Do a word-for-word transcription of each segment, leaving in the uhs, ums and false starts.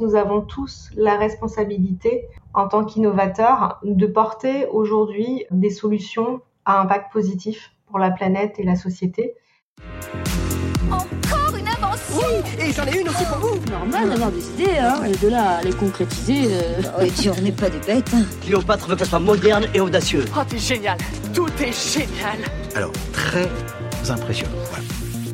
nous avons tous la responsabilité, en tant qu'innovateurs, de porter aujourd'hui des solutions à impact positif pour la planète et la société. Encore une invention! Oui, et j'en ai une aussi pour vous. Normal d'avoir des idées, hein, et de là à les concrétiser. Euh... Oh, et puis on n'est pas des bêtes. Hein. Cléopâtre veut que ça soit moderne et audacieux. Oh, t'es génial! Tout est génial! Alors, très impressionnant. Voilà.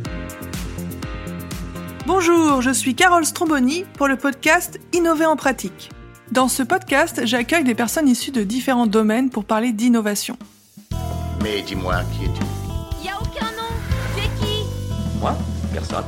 Bonjour, je suis Carole Stromboni pour le podcast Innover en pratique. Dans ce podcast, j'accueille des personnes issues de différents domaines pour parler d'innovation. Mais dis-moi, qui es-tu ? Y a aucun nom! T'es qui? Moi ? Personne.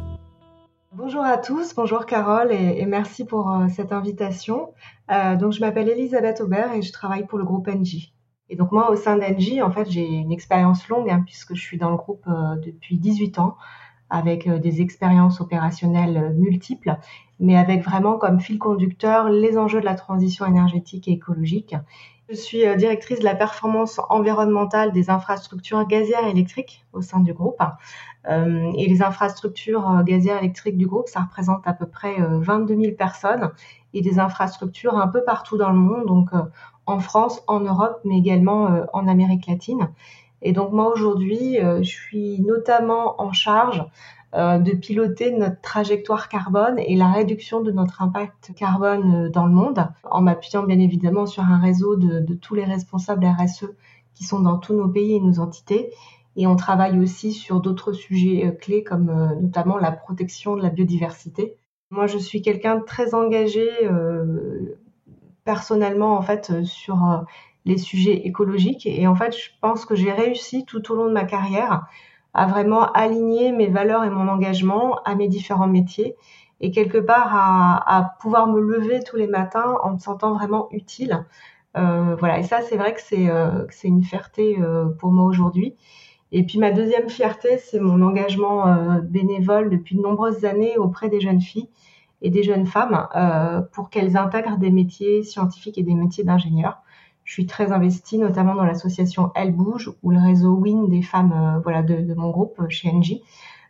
Bonjour à tous, bonjour Carole et, et merci pour euh, cette invitation. Euh, donc je m'appelle Elisabeth Aubert et je travaille pour le groupe Engie. Et donc moi au sein d'Engie, en fait j'ai une expérience longue hein, puisque je suis dans le groupe euh, depuis dix-huit ans avec euh, des expériences opérationnelles euh, multiples, mais avec vraiment comme fil conducteur les enjeux de la transition énergétique et écologique. Je suis euh, directrice de la performance environnementale des infrastructures gazières et électriques au sein du groupe. Euh, et les infrastructures euh, gazières et électriques du groupe, ça représente à peu près euh, vingt-deux mille personnes et des infrastructures un peu partout dans le monde, donc euh, en France, en Europe, mais également euh, en Amérique latine. Et donc moi aujourd'hui, euh, je suis notamment en charge euh, de piloter notre trajectoire carbone et la réduction de notre impact carbone euh, dans le monde, en m'appuyant bien évidemment sur un réseau de, de tous les responsables R S E qui sont dans tous nos pays et nos entités. Et on travaille aussi sur d'autres sujets euh, clés comme euh, notamment la protection de la biodiversité. Moi, je suis quelqu'un de très engagé euh, personnellement en fait euh, sur euh, les sujets écologiques. Et en fait, je pense que j'ai réussi tout au long de ma carrière à vraiment aligner mes valeurs et mon engagement à mes différents métiers et quelque part à, à pouvoir me lever tous les matins en me sentant vraiment utile. Euh, voilà. Et ça, c'est vrai que c'est, euh, que c'est une fierté euh, pour moi aujourd'hui. Et puis ma deuxième fierté, c'est mon engagement euh, bénévole depuis de nombreuses années auprès des jeunes filles et des jeunes femmes euh, pour qu'elles intègrent des métiers scientifiques et des métiers d'ingénieur. Je suis très investie notamment dans l'association Elle Bouge ou le réseau Win des femmes euh, voilà, de, de mon groupe chez Engie.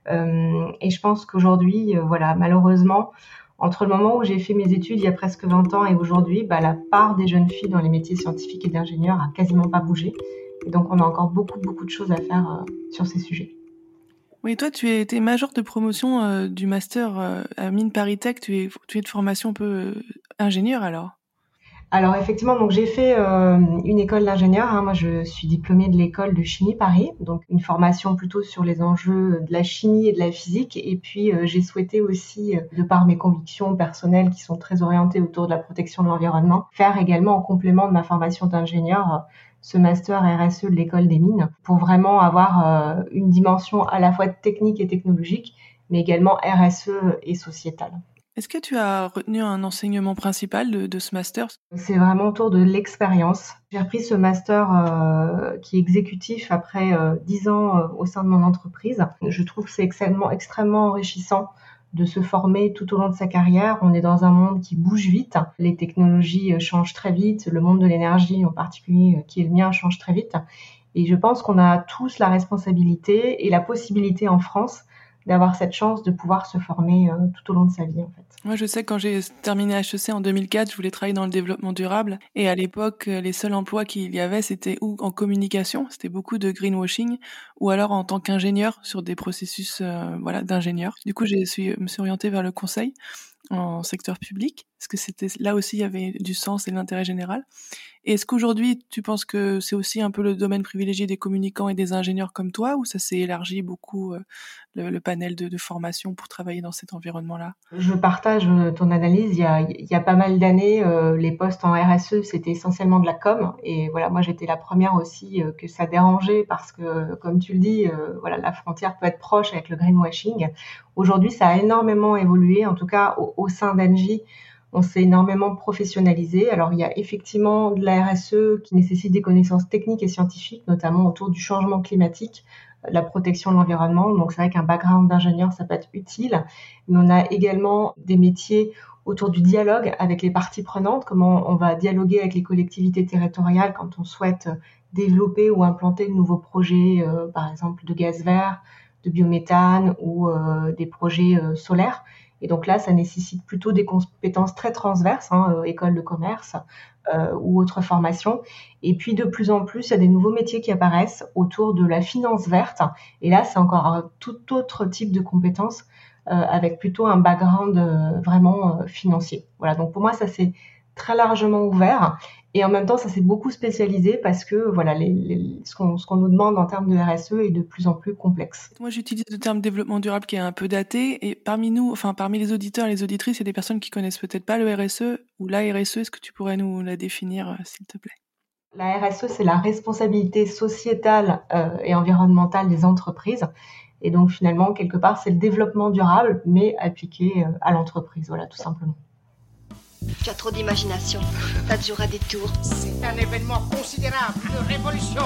Euh, et je pense qu'aujourd'hui, euh, voilà, malheureusement, entre le moment où j'ai fait mes études il y a presque vingt ans et aujourd'hui, bah, la part des jeunes filles dans les métiers scientifiques et d'ingénieurs a quasiment pas bougé. Et donc on a encore beaucoup, beaucoup de choses à faire euh, sur ces sujets. Oui, toi, tu es, es major de promotion euh, du master euh, à Mines Paris Tech. Tu es, tu es de formation un peu euh, ingénieur alors? Alors effectivement, donc j'ai fait euh, une école d'ingénieur. Hein. Moi, je suis diplômée de l'école de chimie Paris, donc une formation plutôt sur les enjeux de la chimie et de la physique. Et puis euh, j'ai souhaité aussi, de par mes convictions personnelles qui sont très orientées autour de la protection de l'environnement, faire également en complément de ma formation d'ingénieur euh, ce master R S E de l'école des mines pour vraiment avoir euh, une dimension à la fois technique et technologique, mais également R S E et sociétale. Est-ce que tu as retenu un enseignement principal de, de ce master ? C'est vraiment autour de l'expérience. J'ai repris ce master euh, qui est exécutif après euh, dix ans euh, au sein de mon entreprise. Je trouve que c'est extrêmement, extrêmement enrichissant de se former tout au long de sa carrière. On est dans un monde qui bouge vite. Les technologies changent très vite. Le monde de l'énergie en particulier, qui est le mien, change très vite. Et je pense qu'on a tous la responsabilité et la possibilité en France d'avoir cette chance de pouvoir se former euh, tout au long de sa vie, en fait. Moi, je sais que quand j'ai terminé H E C en deux mille quatre, je voulais travailler dans le développement durable. Et à l'époque, les seuls emplois qu'il y avait, c'était ou en communication, c'était beaucoup de greenwashing, ou alors en tant qu'ingénieur sur des processus euh, voilà, d'ingénieur. Du coup, je suis, me suis orientée vers le conseil en secteur public, parce que c'était là aussi il y avait du sens et de l'intérêt général. Et est-ce qu'aujourd'hui, tu penses que c'est aussi un peu le domaine privilégié des communicants et des ingénieurs comme toi, ou ça s'est élargi beaucoup euh, le, le panel de, de formation pour travailler dans cet environnement-là ? Je partage ton analyse. Il y a, il y a pas mal d'années, euh, les postes en R S E, c'était essentiellement de la com. Et voilà, moi, j'étais la première aussi euh, que ça dérangeait parce que, comme tu le dis, euh, voilà, la frontière peut être proche avec le greenwashing. Aujourd'hui, ça a énormément évolué. En tout cas, au, au sein d'Engie, on s'est énormément professionnalisé. Alors, il y a effectivement de la R S E qui nécessite des connaissances techniques et scientifiques, notamment autour du changement climatique, de la protection de l'environnement. Donc, c'est vrai qu'un background d'ingénieur, ça peut être utile. Mais on a également des métiers autour du dialogue avec les parties prenantes, comment on va dialoguer avec les collectivités territoriales quand on souhaite développer ou implanter de nouveaux projets, euh, par exemple de gaz vert, de biométhane ou euh, des projets euh, solaires. Et donc là, ça nécessite plutôt des compétences très transverses, hein, euh, école de commerce euh, ou autre formation. Et puis de plus en plus, il y a des nouveaux métiers qui apparaissent autour de la finance verte. Et là, c'est encore un tout autre type de compétences euh, avec plutôt un background euh, vraiment euh, financier. Voilà, donc pour moi, ça c'est très largement ouvert. Et en même temps, ça s'est beaucoup spécialisé parce que voilà, les, les, ce, qu'on, ce qu'on nous demande en termes de R S E est de plus en plus complexe. Moi, j'utilise le terme développement durable qui est un peu daté. Et parmi nous, enfin parmi les auditeurs et les auditrices, il y a des personnes qui connaissent peut-être pas le R S E ou la R S E. Est-ce que tu pourrais nous la définir, euh, s'il te plaît ? La R S E, c'est la responsabilité sociétale euh, et environnementale des entreprises. Et donc finalement, quelque part, c'est le développement durable, mais appliqué euh, à l'entreprise. Voilà, tout simplement. Tu as trop d'imagination. T'as toujours à des tours. C'est un événement considérable, une révolution.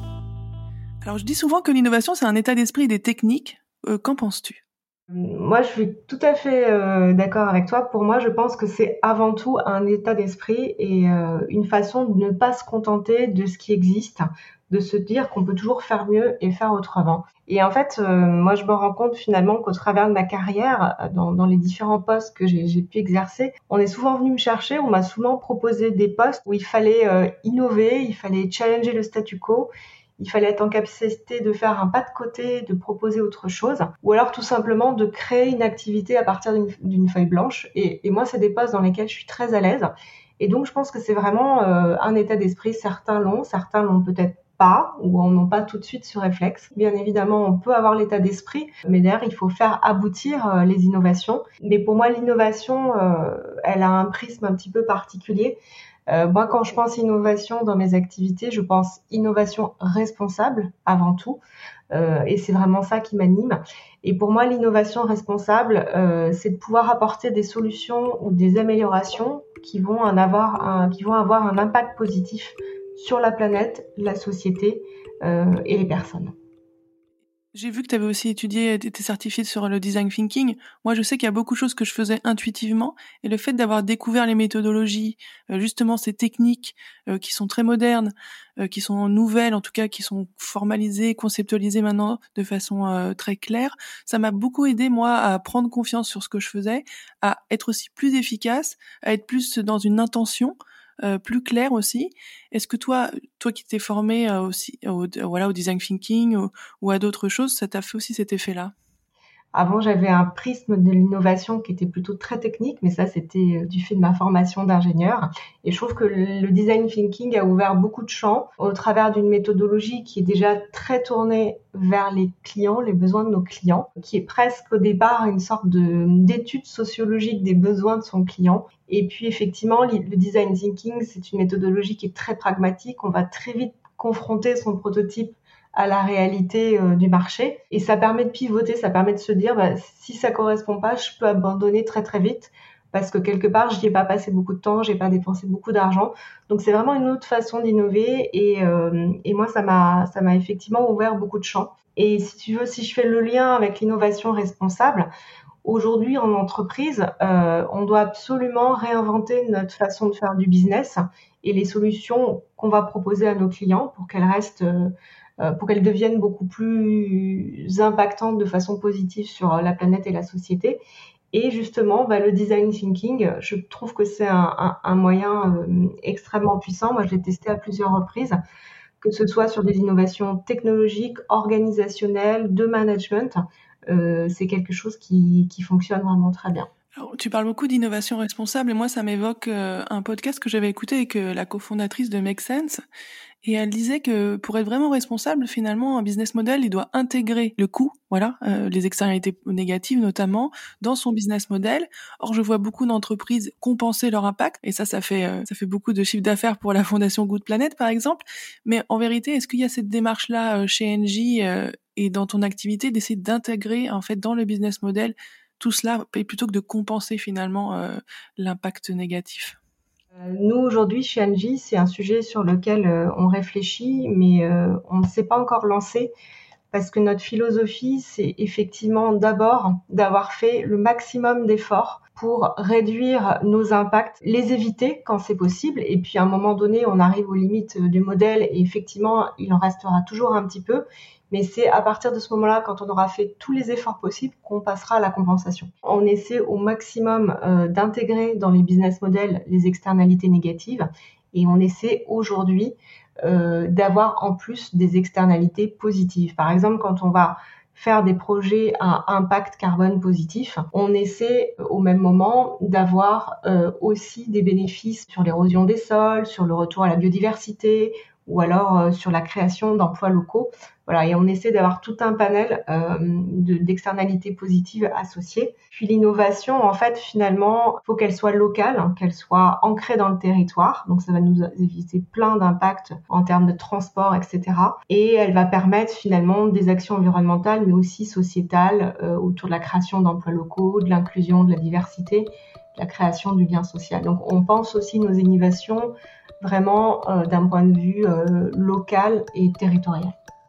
Alors, je dis souvent que l'innovation, c'est un état d'esprit et des techniques. Euh, qu'en penses-tu ? Moi, je suis tout à fait euh, d'accord avec toi. Pour moi, je pense que c'est avant tout un état d'esprit et euh, une façon de ne pas se contenter de ce qui existe, de se dire qu'on peut toujours faire mieux et faire autrement. Et en fait, euh, moi, je me rends compte finalement qu'au travers de ma carrière, dans, dans les différents postes que j'ai, j'ai pu exercer, on est souvent venu me chercher, on m'a souvent proposé des postes où il fallait euh, innover, il fallait challenger le statu quo, il fallait être en capacité de faire un pas de côté, de proposer autre chose, ou alors tout simplement de créer une activité à partir d'une, d'une feuille blanche. Et, et moi, c'est des postes dans lesquels je suis très à l'aise. Et donc, je pense que c'est vraiment euh, un état d'esprit. Certains l'ont, certains l'ont peut-être pas, ou on n'a pas tout de suite ce réflexe. Bien évidemment, on peut avoir l'état d'esprit, mais derrière, il faut faire aboutir euh, les innovations. Mais pour moi, l'innovation, euh, elle a un prisme un petit peu particulier. Euh, moi, quand je pense innovation dans mes activités, je pense innovation responsable avant tout. Euh, et c'est vraiment ça qui m'anime. Et pour moi, l'innovation responsable, euh, c'est de pouvoir apporter des solutions ou des améliorations qui vont, en avoir un, qui vont avoir un impact positif sur la planète, la société euh, et les personnes. J'ai vu que tu avais aussi étudié, tu étais certifiée sur le design thinking. Moi, je sais qu'il y a beaucoup de choses que je faisais intuitivement, et le fait d'avoir découvert les méthodologies, euh, justement ces techniques euh, qui sont très modernes, euh, qui sont nouvelles, en tout cas qui sont formalisées, conceptualisées maintenant de façon euh, très claire, ça m'a beaucoup aidé, moi, à prendre confiance sur ce que je faisais, à être aussi plus efficace, à être plus dans une intention, Euh, plus clair aussi. Est-ce que toi, toi qui t'es formé euh, aussi au, voilà, au design thinking ou, ou à d'autres choses, ça t'a fait aussi cet effet-là ? Avant, j'avais un prisme de l'innovation qui était plutôt très technique, mais ça, c'était du fait de ma formation d'ingénieur. Et je trouve que le design thinking a ouvert beaucoup de champs au travers d'une méthodologie qui est déjà très tournée vers les clients, les besoins de nos clients, qui est presque au départ une sorte de, d'étude sociologique des besoins de son client. Et puis, effectivement, le design thinking, c'est une méthodologie qui est très pragmatique. On va très vite confronter son prototype à la réalité euh, du marché. Et ça permet de pivoter, ça permet de se dire, bah, si ça correspond pas, je peux abandonner très très vite parce que quelque part, je n'y ai pas passé beaucoup de temps, j'ai pas dépensé beaucoup d'argent. Donc c'est vraiment une autre façon d'innover et, euh, et moi, ça m'a, ça m'a effectivement ouvert beaucoup de champs. Et si tu veux, si je fais le lien avec l'innovation responsable, aujourd'hui en entreprise, euh, on doit absolument réinventer notre façon de faire du business et les solutions qu'on va proposer à nos clients pour qu'elles restent euh, pour qu'elles deviennent beaucoup plus impactantes de façon positive sur la planète et la société. Et justement, bah, le design thinking, je trouve que c'est un, un, un moyen euh, extrêmement puissant. Moi, je l'ai testé à plusieurs reprises, que ce soit sur des innovations technologiques, organisationnelles, de management. Euh, c'est quelque chose qui, qui fonctionne vraiment très bien. Alors, tu parles beaucoup d'innovation responsable et moi, ça m'évoque euh, un podcast que j'avais écouté avec euh, la cofondatrice de Make Sense. Et elle disait que pour être vraiment responsable, finalement, un business model, il doit intégrer le coût, voilà, euh, les externalités négatives notamment, dans son business model. Or, je vois beaucoup d'entreprises compenser leur impact, et ça, ça fait euh, ça fait beaucoup de chiffre d'affaires pour la fondation Good Planet, par exemple. Mais en vérité, est-ce qu'il y a cette démarche-là euh, chez Engie euh, et dans ton activité d'essayer d'intégrer en fait dans le business model tout cela, plutôt que de compenser finalement euh, l'impact négatif? Nous, aujourd'hui, chez Engie, c'est un sujet sur lequel euh, on réfléchit, mais euh, on ne s'est pas encore lancé parce que notre philosophie, c'est effectivement d'abord d'avoir fait le maximum d'efforts pour réduire nos impacts, les éviter quand c'est possible. Et puis à un moment donné, on arrive aux limites du modèle et effectivement, il en restera toujours un petit peu. Mais c'est à partir de ce moment-là, quand on aura fait tous les efforts possibles, qu'on passera à la compensation. On essaie au maximum euh, d'intégrer dans les business models les externalités négatives et on essaie aujourd'hui euh, d'avoir en plus des externalités positives. Par exemple, quand on va faire des projets à impact carbone positif, on essaie au même moment d'avoir euh, aussi des bénéfices sur l'érosion des sols, sur le retour à la biodiversité ou alors euh, sur la création d'emplois locaux. Voilà, et on essaie d'avoir tout un panel euh, de, d'externalités positives associées. Puis l'innovation, en fait, finalement, il faut qu'elle soit locale, hein, qu'elle soit ancrée dans le territoire. Donc ça va nous éviter plein d'impacts en termes de transport, et cetera. Et elle va permettre finalement des actions environnementales, mais aussi sociétales, euh, autour de la création d'emplois locaux, de l'inclusion, de la diversité, de la création du lien social. Donc on pense aussi nos innovations vraiment euh, d'un point de vue euh, local et territorial.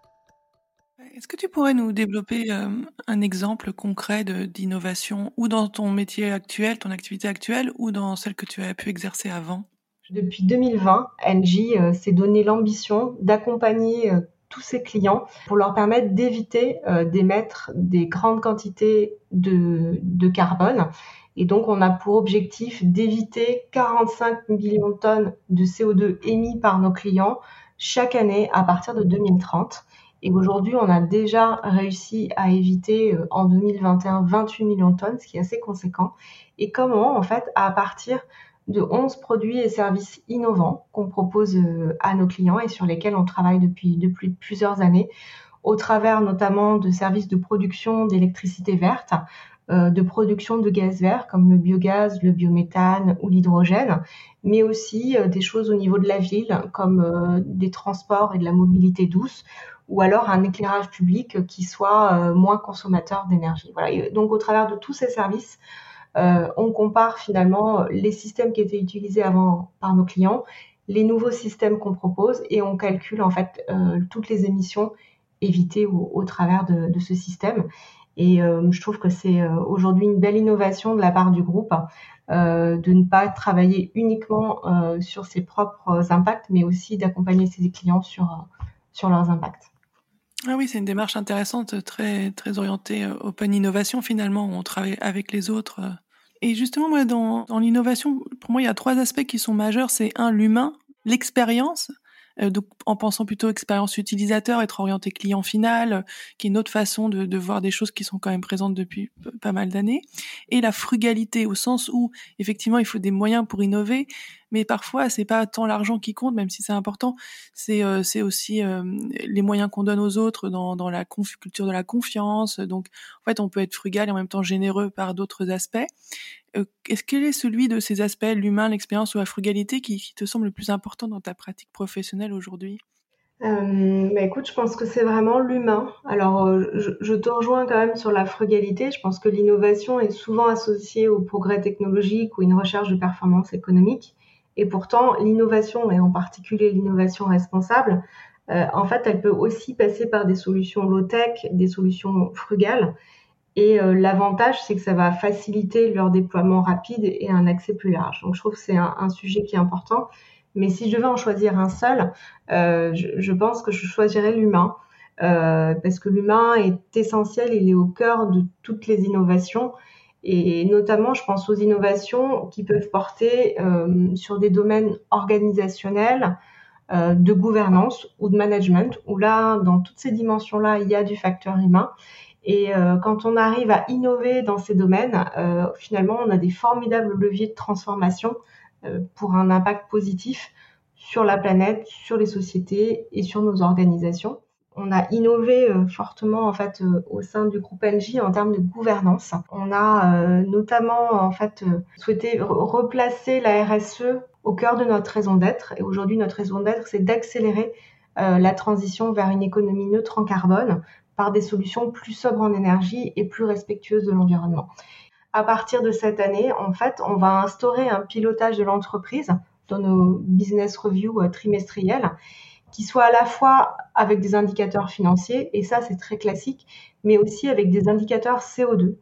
Est-ce que tu pourrais nous développer euh, un exemple concret de, d'innovation, ou dans ton métier actuel, ton activité actuelle, ou dans celle que tu as pu exercer avant ? Depuis deux mille vingt, Engie euh, s'est donné l'ambition d'accompagner euh, tous ses clients pour leur permettre d'éviter euh, d'émettre des grandes quantités de, de carbone. Et donc, on a pour objectif d'éviter quarante-cinq millions de tonnes de C O deux émis par nos clients chaque année à partir de deux mille trente. Et aujourd'hui, on a déjà réussi à éviter euh, en deux mille vingt et un vingt-huit millions de tonnes, ce qui est assez conséquent. Et comment, en fait, à partir de onze produits et services innovants qu'on propose euh, à nos clients et sur lesquels on travaille depuis, depuis plusieurs années, au travers notamment de services de production d'électricité verte, euh, de production de gaz vert comme le biogaz, le biométhane ou l'hydrogène, mais aussi euh, des choses au niveau de la ville comme euh, des transports et de la mobilité douce, ou alors un éclairage public qui soit euh, moins consommateur d'énergie. Voilà. Et donc, au travers de tous ces services, euh, on compare finalement les systèmes qui étaient utilisés avant par nos clients, les nouveaux systèmes qu'on propose, et on calcule en fait euh, toutes les émissions évitées au, au travers de, de ce système. Et euh, je trouve que c'est euh, aujourd'hui une belle innovation de la part du groupe euh, de ne pas travailler uniquement euh, sur ses propres impacts, mais aussi d'accompagner ses clients sur, euh, sur leurs impacts. Ah oui, c'est une démarche intéressante, très très orientée open innovation finalement, où on travaille avec les autres. Et justement, moi, dans, dans l'innovation, pour moi, il y a trois aspects qui sont majeurs. C'est un, l'humain, l'expérience, euh, donc en pensant plutôt expérience utilisateur, être orienté client final, euh, qui est une autre façon de, de voir des choses qui sont quand même présentes depuis p- pas mal d'années. Et la frugalité, au sens où effectivement, il faut des moyens pour innover, mais parfois c'est pas tant l'argent qui compte, même si c'est important, c'est euh, c'est aussi euh, les moyens qu'on donne aux autres dans dans la conf- culture de la confiance. Donc en fait, on peut être frugal et en même temps généreux par d'autres aspects. Euh, est-ce quel est celui de ces aspects, l'humain, l'expérience ou la frugalité, qui, qui te semble le plus important dans ta pratique professionnelle aujourd'hui ? Euh, bah écoute, je pense que c'est vraiment l'humain. Alors, euh, je, je te rejoins quand même sur la frugalité. Je pense que l'innovation est souvent associée au progrès technologique ou une recherche de performance économique. Et pourtant, l'innovation, et en particulier l'innovation responsable, euh, en fait, elle peut aussi passer par des solutions low-tech, des solutions frugales. Et euh, l'avantage, c'est que ça va faciliter leur déploiement rapide et un accès plus large. Donc, je trouve que c'est un, un sujet qui est important. Mais si je devais en choisir un seul, euh, je, je pense que je choisirais l'humain. Euh, parce que l'humain est essentiel, il est au cœur de toutes les innovations. Et notamment, je pense aux innovations qui peuvent porter euh, sur des domaines organisationnels, euh, de gouvernance ou de management, où là, dans toutes ces dimensions-là, il y a du facteur humain. Et euh, quand on arrive à innover dans ces domaines, euh, finalement, on a des formidables leviers de transformation euh, pour un impact positif sur la planète, sur les sociétés et sur nos organisations. On a innové euh, fortement en fait euh, au sein du groupe Engie en termes de gouvernance. On a euh, notamment en fait euh, souhaité re- replacer la R S E au cœur de notre raison d'être. Et aujourd'hui, notre raison d'être, c'est d'accélérer euh, la transition vers une économie neutre en carbone par des solutions plus sobres en énergie et plus respectueuses de l'environnement. À partir de cette année, en fait, on va instaurer un pilotage de l'entreprise dans nos business reviews euh, trimestriels, qui soit à la fois avec des indicateurs financiers, et ça c'est très classique, mais aussi avec des indicateurs C O deux.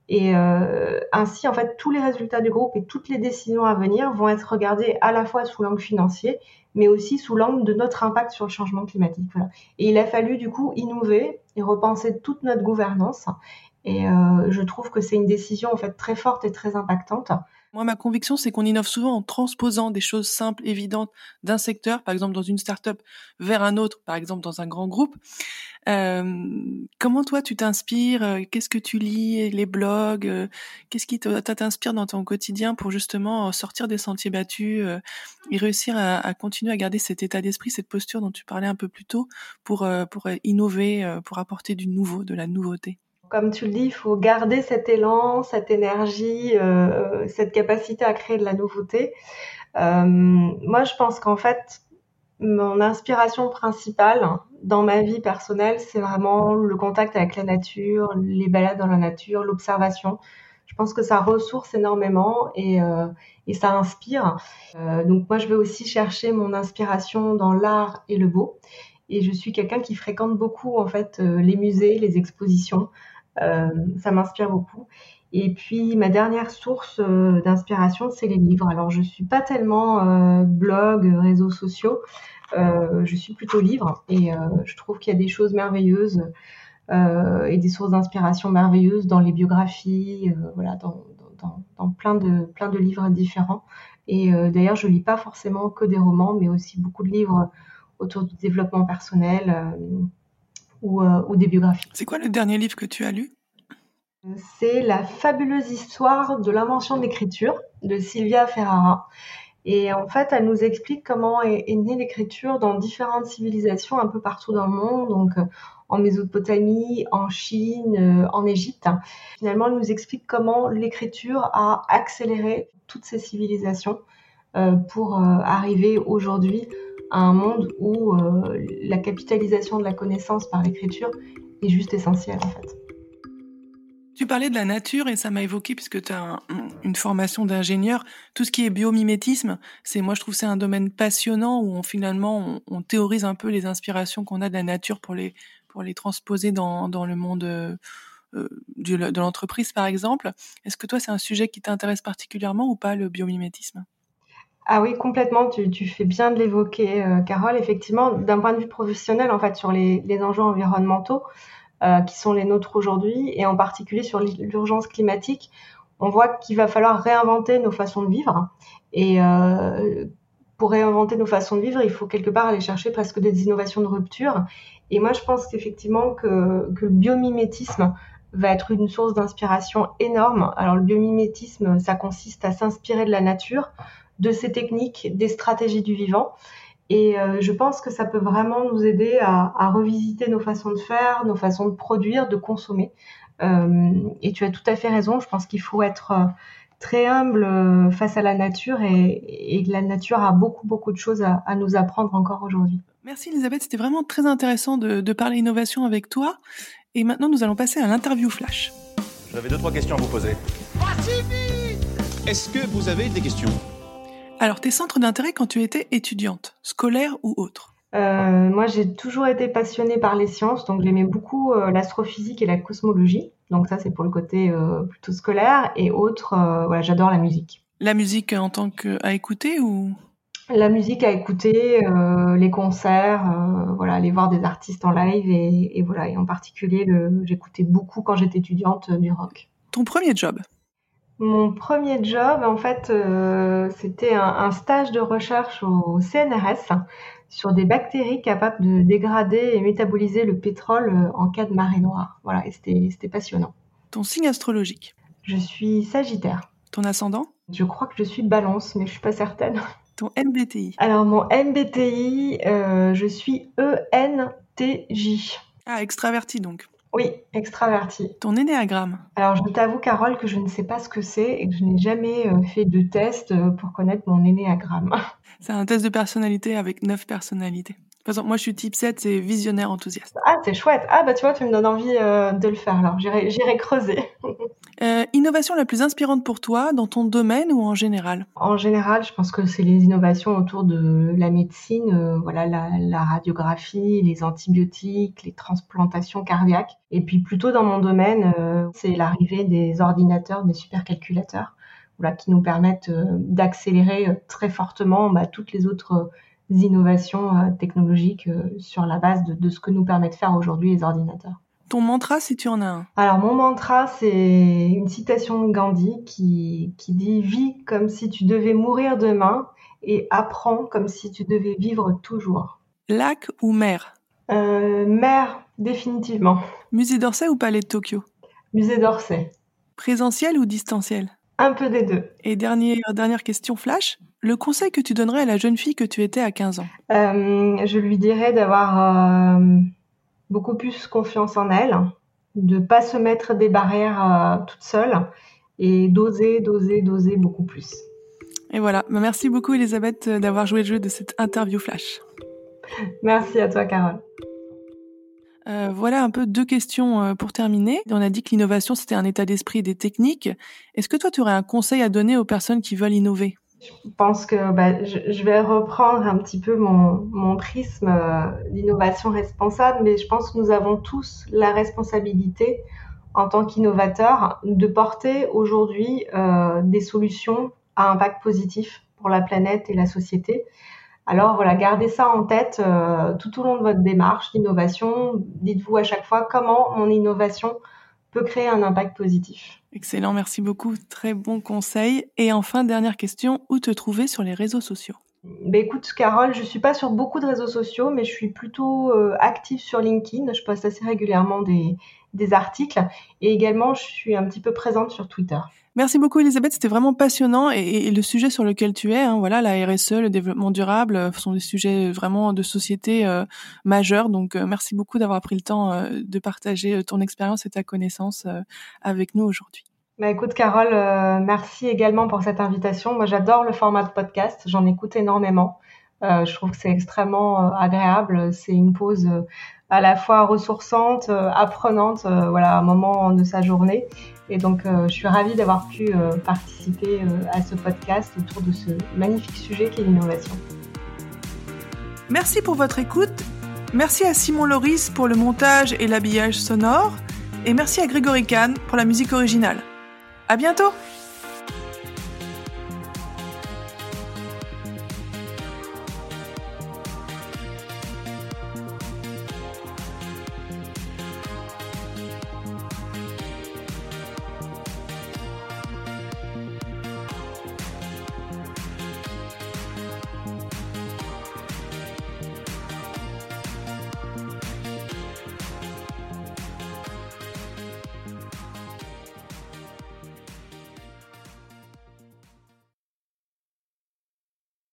Et euh, ainsi, en fait, tous les résultats du groupe et toutes les décisions à venir vont être regardées à la fois sous l'angle financier, mais aussi sous l'angle de notre impact sur le changement climatique. Voilà. Et il a fallu du coup innover et repenser toute notre gouvernance. Et euh, je trouve que c'est une décision en fait très forte et très impactante. Moi, ma conviction, c'est qu'on innove souvent en transposant des choses simples, évidentes d'un secteur, par exemple dans une start-up, vers un autre, par exemple dans un grand groupe. Euh, comment toi, tu t'inspires ? Qu'est-ce que tu lis ? Les blogs ? Qu'est-ce qui te, t'inspire dans ton quotidien pour justement sortir des sentiers battus euh, et réussir à, à continuer à garder cet état d'esprit, cette posture dont tu parlais un peu plus tôt, pour, euh, pour innover, euh, pour apporter du nouveau, de la nouveauté ? Comme tu le dis, il faut garder cet élan, cette énergie, euh, cette capacité à créer de la nouveauté. Euh, moi, je pense qu'en fait, mon inspiration principale dans ma vie personnelle, c'est vraiment le contact avec la nature, les balades dans la nature, l'observation. Je pense que ça ressource énormément et, euh, et ça inspire. Euh, donc moi, je vais aussi chercher mon inspiration dans l'art et le beau. Et je suis quelqu'un qui fréquente beaucoup en fait euh, les musées, les expositions. Euh, ça m'inspire beaucoup. Et puis ma dernière source euh, d'inspiration, c'est les livres. Alors je suis pas tellement euh, blog, réseaux sociaux. Euh, je suis plutôt livre et euh, je trouve qu'il y a des choses merveilleuses euh, et des sources d'inspiration merveilleuses dans les biographies, euh, voilà, dans, dans, dans plein de plein de livres différents. Et euh, d'ailleurs, je lis pas forcément que des romans, mais aussi beaucoup de livres autour du développement personnel. Euh, Ou, euh, ou des biographies. C'est quoi le dernier livre que tu as lu ? C'est La fabuleuse histoire de l'invention de l'écriture de Silvia Ferrara. Et en fait, elle nous explique comment est, est née l'écriture dans différentes civilisations un peu partout dans le monde, donc euh, en Mésopotamie, en Chine, euh, en Égypte. Finalement, elle nous explique comment l'écriture a accéléré toutes ces civilisations euh, pour euh, arriver aujourd'hui à un monde où euh, la capitalisation de la connaissance par l'écriture est juste essentielle en fait. Tu parlais de la nature et ça m'a évoqué, puisque tu as un, une formation d'ingénieur, tout ce qui est biomimétisme, c'est, moi je trouve que c'est un domaine passionnant où on, finalement on, on théorise un peu les inspirations qu'on a de la nature pour les, pour les transposer dans, dans le monde euh, de, de l'entreprise par exemple. Est-ce que toi c'est un sujet qui t'intéresse particulièrement ou pas, le biomimétisme ? Ah oui, complètement, tu, tu fais bien de l'évoquer, euh, Carole. Effectivement, d'un point de vue professionnel, en fait, sur les, les enjeux environnementaux euh, qui sont les nôtres aujourd'hui, et en particulier sur l'urgence climatique, on voit qu'il va falloir réinventer nos façons de vivre. Et euh, pour réinventer nos façons de vivre, il faut quelque part aller chercher presque des innovations de rupture. Et moi, je pense qu'effectivement que, que le biomimétisme va être une source d'inspiration énorme. Alors, le biomimétisme, ça consiste à s'inspirer de la nature, de ces techniques, des stratégies du vivant. Et euh, je pense que ça peut vraiment nous aider à, à revisiter nos façons de faire, nos façons de produire, de consommer. Euh, et tu as tout à fait raison, je pense qu'il faut être euh, très humble euh, face à la nature et, et la nature a beaucoup, beaucoup de choses à, à nous apprendre encore aujourd'hui. Merci Elisabeth, c'était vraiment très intéressant de, de parler innovation avec toi. Et maintenant, nous allons passer à l'interview flash. J'avais deux, trois questions à vous poser. Vas-y vite ! Est-ce que vous avez des questions ? Alors, tes centres d'intérêt quand tu étais étudiante, scolaire ou autre ? euh, Moi, j'ai toujours été passionnée par les sciences, donc j'aimais beaucoup euh, l'astrophysique et la cosmologie. Donc ça, c'est pour le côté euh, plutôt scolaire. Et autre, euh, voilà, j'adore la musique. La musique en tant qu'à écouter ou ? La musique à écouter, euh, les concerts, euh, voilà, aller voir des artistes en live et, et voilà. Et en particulier, le, j'écoutais beaucoup quand j'étais étudiante euh, du rock. Ton premier job ? Mon premier job, en fait, euh, c'était un, un stage de recherche au C N R S sur des bactéries capables de dégrader et métaboliser le pétrole en cas de marée noire. Voilà, et c'était, c'était passionnant. Ton signe astrologique ? Je suis Sagittaire. Ton ascendant ? Je crois que je suis Balance, mais je suis pas certaine. Ton M B T I ? Alors, mon M B T I, euh, je suis E N T J. Ah, extraverti donc. Oui, extraverti. Ton énéagramme ? Alors, je t'avoue, Carole, que je ne sais pas ce que c'est et que je n'ai jamais euh, fait de test euh, pour connaître mon énéagramme. C'est un test de personnalité avec neuf personnalités. Par exemple, moi, je suis type sept, c'est visionnaire enthousiaste. Ah, c'est chouette. Ah, bah tu vois, tu me donnes envie euh, de le faire, alors j'irai, j'irai creuser. euh, innovation la plus inspirante pour toi, dans ton domaine ou en général ? En général, je pense que c'est les innovations autour de la médecine, euh, voilà, la, la radiographie, les antibiotiques, les transplantations cardiaques. Et puis plutôt dans mon domaine, euh, c'est l'arrivée des ordinateurs, des supercalculateurs, voilà, qui nous permettent euh, d'accélérer euh, très fortement bah, toutes les autres euh, innovations euh, technologiques euh, sur la base de, de ce que nous permettent de faire aujourd'hui les ordinateurs. Ton mantra, si tu en as un ? Alors mon mantra, c'est une citation de Gandhi qui, qui dit « Vis comme si tu devais mourir demain et apprends comme si tu devais vivre toujours ». Lac ou mer ? euh, Mer, définitivement. Musée d'Orsay ou Palais de Tokyo ? Musée d'Orsay. Présentiel ou distanciel ? Un peu des deux. Et dernière, dernière question flash, le conseil que tu donnerais à la jeune fille que tu étais à quinze ans ? euh, Je lui dirais d'avoir euh, beaucoup plus confiance en elle, de ne pas se mettre des barrières euh, toute seule et d'oser, d'oser, d'oser beaucoup plus. Et voilà, merci beaucoup Elisabeth d'avoir joué le jeu de cette interview flash. Merci à toi Carole. Euh, voilà un peu deux questions euh, pour terminer. On a dit que l'innovation, c'était un état d'esprit et des techniques. Est-ce que toi, tu aurais un conseil à donner aux personnes qui veulent innover ? Je pense que bah, je, je vais reprendre un petit peu mon, mon prisme euh, d'innovation responsable, mais je pense que nous avons tous la responsabilité, en tant qu'innovateurs, de porter aujourd'hui euh, des solutions à impact positif pour la planète et la société. Alors voilà, gardez ça en tête euh, tout au long de votre démarche d'innovation. Dites-vous à chaque fois comment mon innovation peut créer un impact positif. Excellent, merci beaucoup. Très bon conseil. Et enfin, dernière question, où te trouver sur les réseaux sociaux ? Ben écoute Carole, je suis pas sur beaucoup de réseaux sociaux, mais je suis plutôt euh, active sur LinkedIn. Je poste assez régulièrement des, des articles et également je suis un petit peu présente sur Twitter. Merci beaucoup Elisabeth, c'était vraiment passionnant et, et le sujet sur lequel tu es, hein, voilà, la R S E, le développement durable, euh, sont des sujets vraiment de société euh, majeurs. Donc euh, merci beaucoup d'avoir pris le temps euh, de partager ton expérience et ta connaissance euh, avec nous aujourd'hui. Bah écoute Carole, euh, merci également pour cette invitation. Moi j'adore le format de podcast, j'en écoute énormément. Euh, je trouve que c'est extrêmement euh, agréable. C'est une pause euh, à la fois ressourçante, euh, apprenante, euh, voilà, un moment de sa journée. Et donc, euh, je suis ravie d'avoir pu euh, participer euh, à ce podcast autour de ce magnifique sujet qu'est l'innovation. Merci pour votre écoute. Merci à Simon Loris pour le montage et l'habillage sonore. Et merci à Grégory Kahn pour la musique originale. À bientôt!